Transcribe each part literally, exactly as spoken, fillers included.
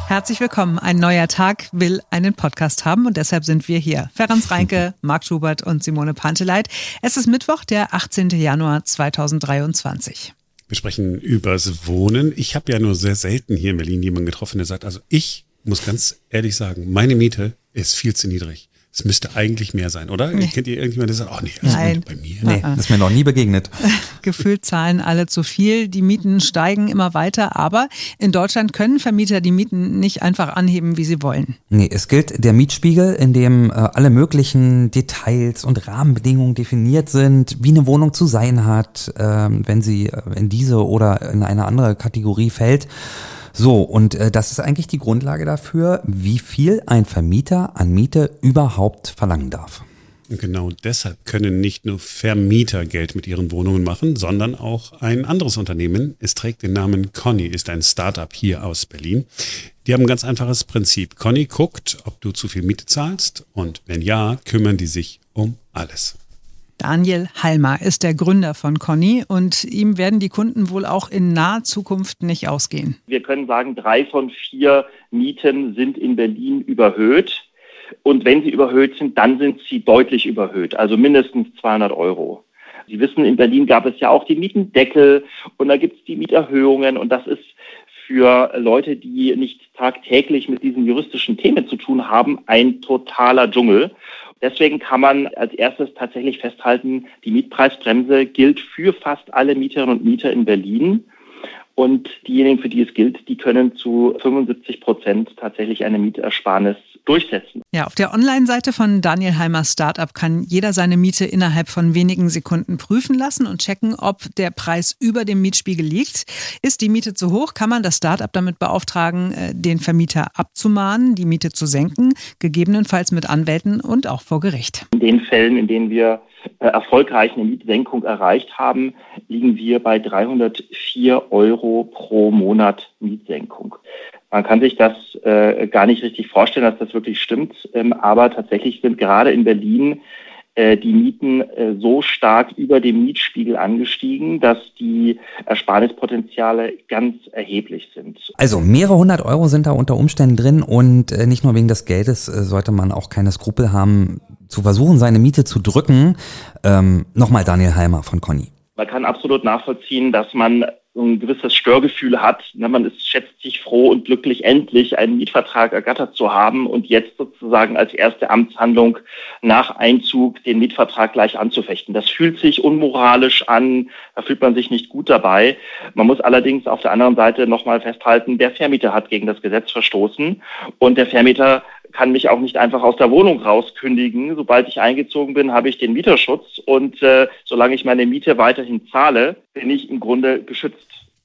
Herzlich willkommen. Ein neuer Tag will einen Podcast haben und deshalb sind wir hier. Ferenc Reinke, Marc Schubert und Simone Panteleit. Es ist Mittwoch, der achtzehnten Januar zweitausenddreiundzwanzig. Wir sprechen übers Wohnen. Ich habe ja nur sehr selten hier in Berlin jemanden getroffen, der sagt, also ich muss ganz ehrlich sagen, meine Miete ist viel zu niedrig. Es müsste eigentlich mehr sein, oder? Nee. Kennt ihr irgendjemanden, der sagt, oh nee, also Nein. bei mir? Nee, das ist mir noch nie begegnet. Gefühlt zahlen alle zu viel. Die Mieten steigen immer weiter, aber in Deutschland können Vermieter die Mieten nicht einfach anheben, wie sie wollen. Nee, es gilt der Mietspiegel, in dem äh, alle möglichen Details und Rahmenbedingungen definiert sind, wie eine Wohnung zu sein hat, äh, wenn sie in diese oder in eine andere Kategorie fällt. So, und äh, das ist eigentlich die Grundlage dafür, wie viel ein Vermieter an Miete überhaupt verlangen darf. Und genau deshalb können nicht nur Vermieter Geld mit ihren Wohnungen machen, sondern auch ein anderes Unternehmen. Es trägt den Namen Conny, ist ein Startup hier aus Berlin. Die haben ein ganz einfaches Prinzip. Conny guckt, ob du zu viel Miete zahlst und wenn ja, kümmern die sich um alles. Daniel Halmer ist der Gründer von Conny und ihm werden die Kunden wohl auch in naher Zukunft nicht ausgehen. Wir können sagen, drei von vier Mieten sind in Berlin überhöht. Und wenn sie überhöht sind, dann sind sie deutlich überhöht, also mindestens zweihundert Euro. Sie wissen, in Berlin gab es ja auch die Mietendeckel und da gibt es die Mieterhöhungen und das ist für Leute, die nicht tagtäglich mit diesen juristischen Themen zu tun haben, ein totaler Dschungel. Deswegen kann man als erstes tatsächlich festhalten, die Mietpreisbremse gilt für fast alle Mieterinnen und Mieter in Berlin. Und diejenigen, für die es gilt, die können zu fünfundsiebzig Prozent tatsächlich eine Mietersparnis durchsetzen. Ja, auf der Online-Seite von Daniel Halmers Startup kann jeder seine Miete innerhalb von wenigen Sekunden prüfen lassen und checken, ob der Preis über dem Mietspiegel liegt. Ist die Miete zu hoch, kann man das Startup damit beauftragen, den Vermieter abzumahnen, die Miete zu senken, gegebenenfalls mit Anwälten und auch vor Gericht. In den Fällen, in denen wir erfolgreich eine Mietsenkung erreicht haben, liegen wir bei dreihundertvier Euro pro Monat Mietsenkung. Man kann sich das äh, gar nicht richtig vorstellen, dass das wirklich stimmt, ähm, aber tatsächlich sind gerade in Berlin äh, die Mieten äh, so stark über dem Mietspiegel angestiegen, dass die Ersparnispotenziale ganz erheblich sind. Also mehrere hundert Euro sind da unter Umständen drin und äh, nicht nur wegen des Geldes äh, sollte man auch keine Skrupel haben, zu versuchen, seine Miete zu drücken. Ähm, Nochmal Daniel Halmer von Conny. Man kann absolut nachvollziehen, dass man ein gewisses Störgefühl hat. Man ist, schätzt sich froh und glücklich, endlich einen Mietvertrag ergattert zu haben und jetzt sozusagen als erste Amtshandlung nach Einzug den Mietvertrag gleich anzufechten. Das fühlt sich unmoralisch an, da fühlt man sich nicht gut dabei. Man muss allerdings auf der anderen Seite nochmal festhalten, der Vermieter hat gegen das Gesetz verstoßen und der Vermieter kann mich auch nicht einfach aus der Wohnung rauskündigen. Sobald ich eingezogen bin, habe ich den Mieterschutz und äh, solange ich meine Miete weiterhin zahle, bin ich im Grunde geschützt.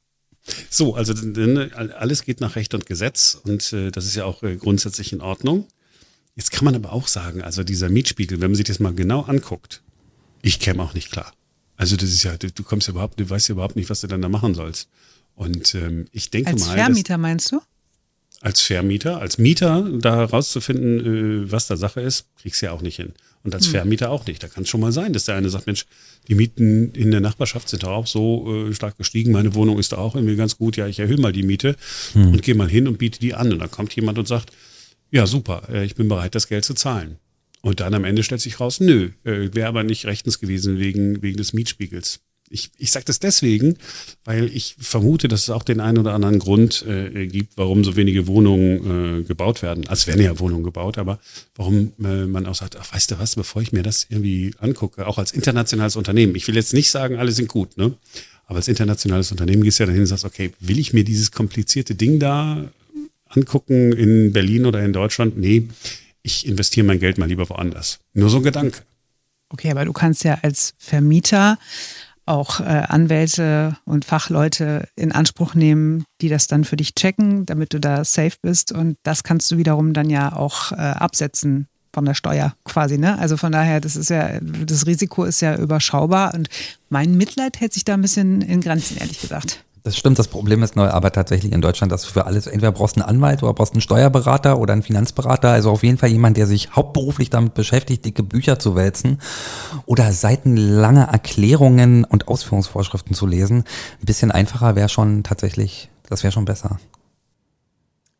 So, also alles geht nach Recht und Gesetz und äh, das ist ja auch äh, grundsätzlich in Ordnung. Jetzt kann man aber auch sagen, also dieser Mietspiegel, wenn man sich das mal genau anguckt, ich käme auch nicht klar. Also das ist ja, du, du kommst ja überhaupt, du weißt ja überhaupt nicht, was du dann da machen sollst. Und ähm, ich denke Als mal, Vermieter meinst du? Als Vermieter, als Mieter da herauszufinden, was da Sache ist, kriegst du ja auch nicht hin. Und als hm. Vermieter auch nicht. Da kann es schon mal sein, dass der eine sagt, Mensch, die Mieten in der Nachbarschaft sind auch so äh, stark gestiegen. Meine Wohnung ist da auch irgendwie ganz gut. Ja, ich erhöhe mal die Miete hm. und gehe mal hin und biete die an. Und dann kommt jemand und sagt, ja super, äh, ich bin bereit, das Geld zu zahlen. Und dann am Ende stellt sich raus, nö, äh, wäre aber nicht rechtens gewesen wegen, wegen des Mietspiegels. Ich, ich sage das deswegen, weil ich vermute, dass es auch den einen oder anderen Grund äh, gibt, warum so wenige Wohnungen äh, gebaut werden. Also werden ja Wohnungen gebaut, aber warum äh, man auch sagt, ach, weißt du was, bevor ich mir das irgendwie angucke, auch als internationales Unternehmen. Ich will jetzt nicht sagen, alle sind gut, ne? Aber als internationales Unternehmen gehst du ja dahin und sagst, okay, will ich mir dieses komplizierte Ding da angucken in Berlin oder in Deutschland? Nee, ich investiere mein Geld mal lieber woanders. Nur so ein Gedanke. Okay, aber du kannst ja als Vermieter auch äh, Anwälte und Fachleute in Anspruch nehmen, die das dann für dich checken, damit du da safe bist. Und das kannst du wiederum dann ja auch äh, absetzen von der Steuer quasi, ne? Also von daher, das ist ja, das Risiko ist ja überschaubar und mein Mitleid hält sich da ein bisschen in Grenzen, ehrlich gesagt. Das stimmt, das Problem ist neu, aber tatsächlich in Deutschland, dass du für alles, entweder brauchst einen Anwalt oder brauchst einen Steuerberater oder einen Finanzberater, also auf jeden Fall jemand, der sich hauptberuflich damit beschäftigt, dicke Bücher zu wälzen oder seitenlange Erklärungen und Ausführungsvorschriften zu lesen. Ein bisschen einfacher wäre schon tatsächlich, das wäre schon besser.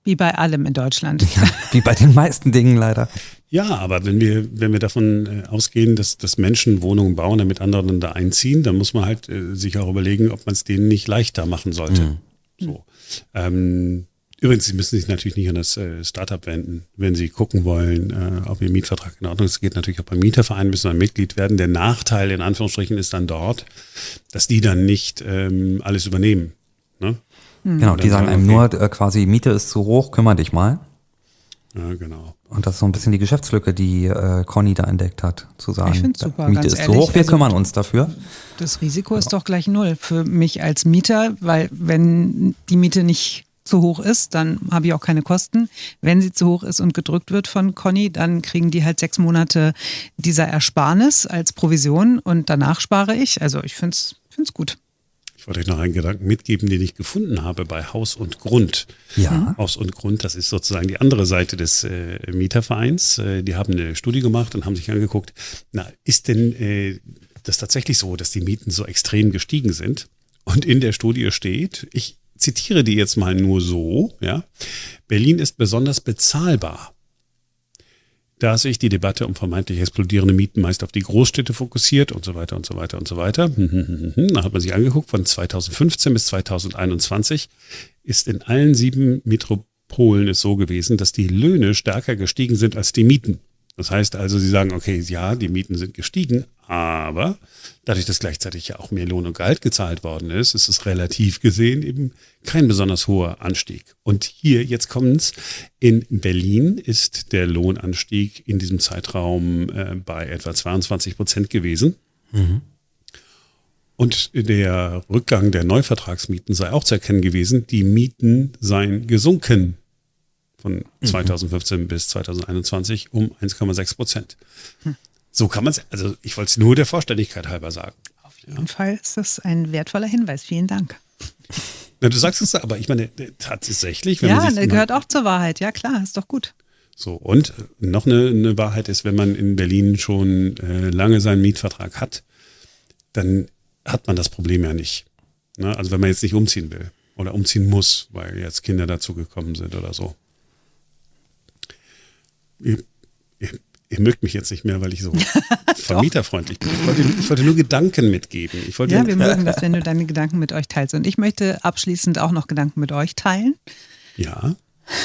Wie bei allem in Deutschland. Ja, wie bei den meisten Dingen leider. Ja, aber wenn wir, wenn wir davon äh, ausgehen, dass, dass Menschen Wohnungen bauen, damit andere dann da einziehen, dann muss man halt äh, sich auch überlegen, ob man es denen nicht leichter machen sollte. Mhm. So. Ähm, übrigens, Sie müssen sich natürlich nicht an das äh, Startup wenden, wenn Sie gucken wollen, äh, ob Ihr Mietvertrag in Ordnung ist. Es geht natürlich auch beim Mieterverein, müssen ein Mitglied werden. Der Nachteil in Anführungsstrichen ist dann dort, dass die dann nicht ähm, alles übernehmen. Ne? Genau, die sagen einem nur äh, quasi, Miete ist zu hoch, kümmere dich mal. Ja, genau. Und das ist so ein bisschen die Geschäftslücke, die äh, Conny da entdeckt hat, zu sagen, Ich find's super, Miete ganz ist ehrlich. zu hoch, wir Also, kümmern uns dafür. Das Risiko ist doch gleich null für mich als Mieter, weil wenn die Miete nicht zu hoch ist, dann habe ich auch keine Kosten. Wenn sie zu hoch ist und gedrückt wird von Conny, dann kriegen die halt sechs Monate dieser Ersparnis als Provision und danach spare ich. Also ich finde es gut. Ich wollte euch noch einen Gedanken mitgeben, den ich gefunden habe bei Haus und Grund. Ja. Haus und Grund, das ist sozusagen die andere Seite des äh, Mietervereins. Äh, die haben eine Studie gemacht und haben sich angeguckt, na, ist denn äh, das tatsächlich so, dass die Mieten so extrem gestiegen sind? Und in der Studie steht, ich zitiere die jetzt mal nur so, ja, Berlin ist besonders bezahlbar. Da sich die Debatte um vermeintlich explodierende Mieten meist auf die Großstädte fokussiert und so weiter und so weiter und so weiter. Da hat man sich angeguckt, von zweitausendfünfzehn bis zweitausendeinundzwanzig ist in allen sieben Metropolen es so gewesen, dass die Löhne stärker gestiegen sind als die Mieten. Das heißt also, sie sagen, okay, ja, die Mieten sind gestiegen, aber dadurch, dass gleichzeitig ja auch mehr Lohn und Gehalt gezahlt worden ist, ist es relativ gesehen eben kein besonders hoher Anstieg. Und hier, jetzt kommt's, in Berlin ist der Lohnanstieg in diesem Zeitraum äh, bei etwa zweiundzwanzig Prozent gewesen. Mhm. Und der Rückgang der Neuvertragsmieten sei auch zu erkennen gewesen. Die Mieten seien gesunken von zweitausendfünfzehn mhm. bis zweitausendeinundzwanzig um eins Komma sechs Prozent. Hm. So kann man es, also ich wollte es nur der Vollständigkeit halber sagen. Auf jeden ja. Fall ist das ein wertvoller Hinweis. Vielen Dank. Na, du sagst es, aber ich meine, tatsächlich. Wenn ja, man sich das gehört auch zur Wahrheit. Ja klar, ist doch gut. So, und noch eine, eine Wahrheit ist, wenn man in Berlin schon äh, lange seinen Mietvertrag hat, dann hat man das Problem ja nicht. Ne? Also wenn man jetzt nicht umziehen will oder umziehen muss, weil jetzt Kinder dazugekommen sind oder so. Ihr, ihr, ihr mögt mich jetzt nicht mehr, weil ich so vermieterfreundlich bin. Ich wollte, ich wollte nur Gedanken mitgeben. Ich wollte ja, wir mögen das, wenn du deine Gedanken mit euch teilst. Und ich möchte abschließend auch noch Gedanken mit euch teilen. Ja.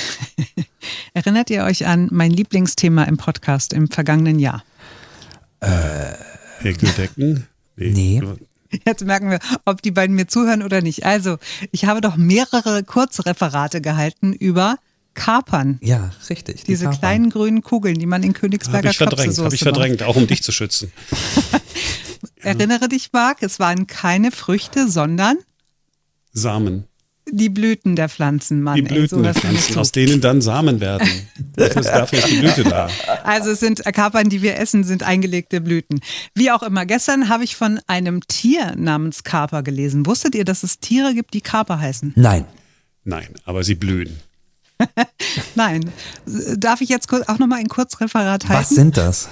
Erinnert ihr euch an mein Lieblingsthema im Podcast im vergangenen Jahr? Äh, Heckdecken? Nee. nee. Jetzt merken wir, ob die beiden mir zuhören oder nicht. Also, ich habe doch mehrere Kurzreferate gehalten über Kapern. Ja, richtig. Die Diese Kapern. kleinen grünen Kugeln, die man in Königsberger Habe ich verdrängt, habe ich verdrängt, auch um dich zu schützen. Erinnere dich, Marc, es waren keine Früchte, sondern Samen. Die Blüten der Pflanzen, Mann. Die Blüten ey, der Pflanzen, aus denen dann Samen werden. Dafür ist, dafür ist die Blüte da. Also es sind Kapern, die wir essen, sind eingelegte Blüten. Wie auch immer, gestern habe ich von einem Tier namens Kaper gelesen. Wusstet ihr, dass es Tiere gibt, die Kaper heißen? Nein. Nein, aber sie blühen. Nein. Darf ich jetzt auch nochmal ein Kurzreferat halten? Was sind das?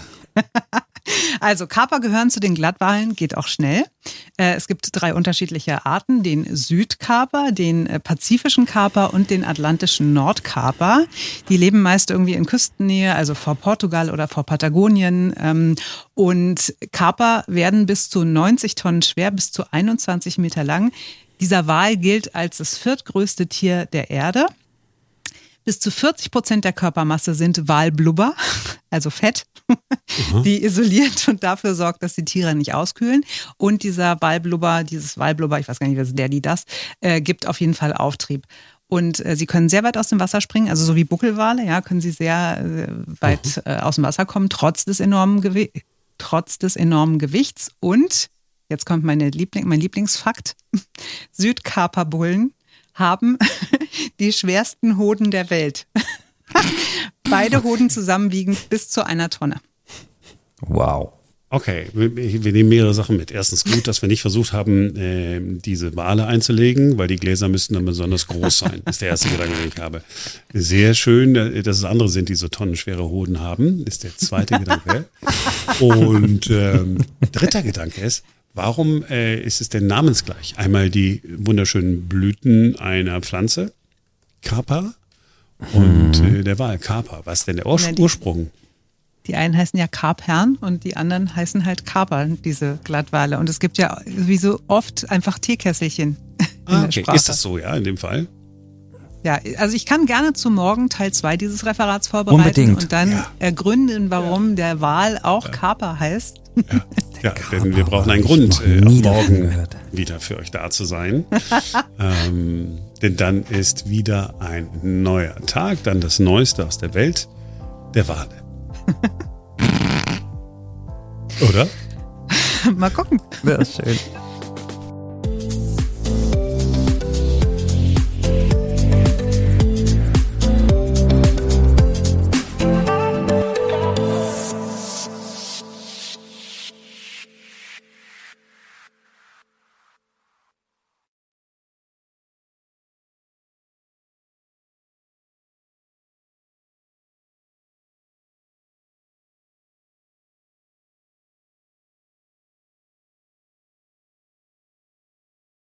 Also Kaper gehören zu den Glattwalen, geht auch schnell. Es gibt drei unterschiedliche Arten, den Südkaper, den pazifischen Kaper und den atlantischen Nordkaper. Die leben meist irgendwie in Küstennähe, also vor Portugal oder vor Patagonien. Und Kaper werden bis zu neunzig Tonnen schwer, bis zu einundzwanzig Meter lang. Dieser Wal gilt als das viertgrößte Tier der Erde. Bis zu vierzig Prozent der Körpermasse sind Walblubber, also Fett, mhm. die isoliert und dafür sorgt, dass die Tiere nicht auskühlen. Und dieser Walblubber, dieses Walblubber, ich weiß gar nicht, was der, die das, äh, gibt auf jeden Fall Auftrieb. Und äh, sie können sehr weit aus dem Wasser springen, also so wie Buckelwale, ja, können sie sehr äh, weit äh, aus dem Wasser kommen, trotz des enormen Gewi- trotz des enormen Gewichts. Und, jetzt kommt meine Liebling- mein Lieblingsfakt, Südkaperbullen haben die schwersten Hoden der Welt. Beide Hoden zusammen wiegen bis zu einer Tonne. Wow. Okay, wir, wir nehmen mehrere Sachen mit. Erstens gut, dass wir nicht versucht haben, äh, diese Wale einzulegen, weil die Gläser müssten dann besonders groß sein. Das ist der erste Gedanke, den ich habe. Sehr schön, dass es andere sind, die so tonnenschwere Hoden haben, ist der zweite Gedanke. Und ähm, dritter Gedanke ist, warum äh, ist es denn namensgleich? Einmal die wunderschönen Blüten einer Pflanze, Kaper, und äh, der Wal, Kaper. Was ist denn der Ur- Ja, die- Ursprung? Die einen heißen ja Karpherren und die anderen heißen halt Kaper, diese Glattwale. Und es gibt ja wie so oft einfach Teekesselchen in Ah, der okay. Sprache. Ist das so, ja, in dem Fall? Ja, also ich kann gerne zu morgen Teil zwei dieses Referats vorbereiten Unbedingt. und dann Ja. ergründen, warum der Wal auch Kaper heißt. Ja, ja denn wir brauchen Kaper einen habe ich Grund, noch äh, nie auch davon morgen gehört. wieder für euch da zu sein. ähm, denn dann ist wieder ein neuer Tag, dann das Neueste aus der Welt der Wale. Oder? Mal gucken. Ja, schön.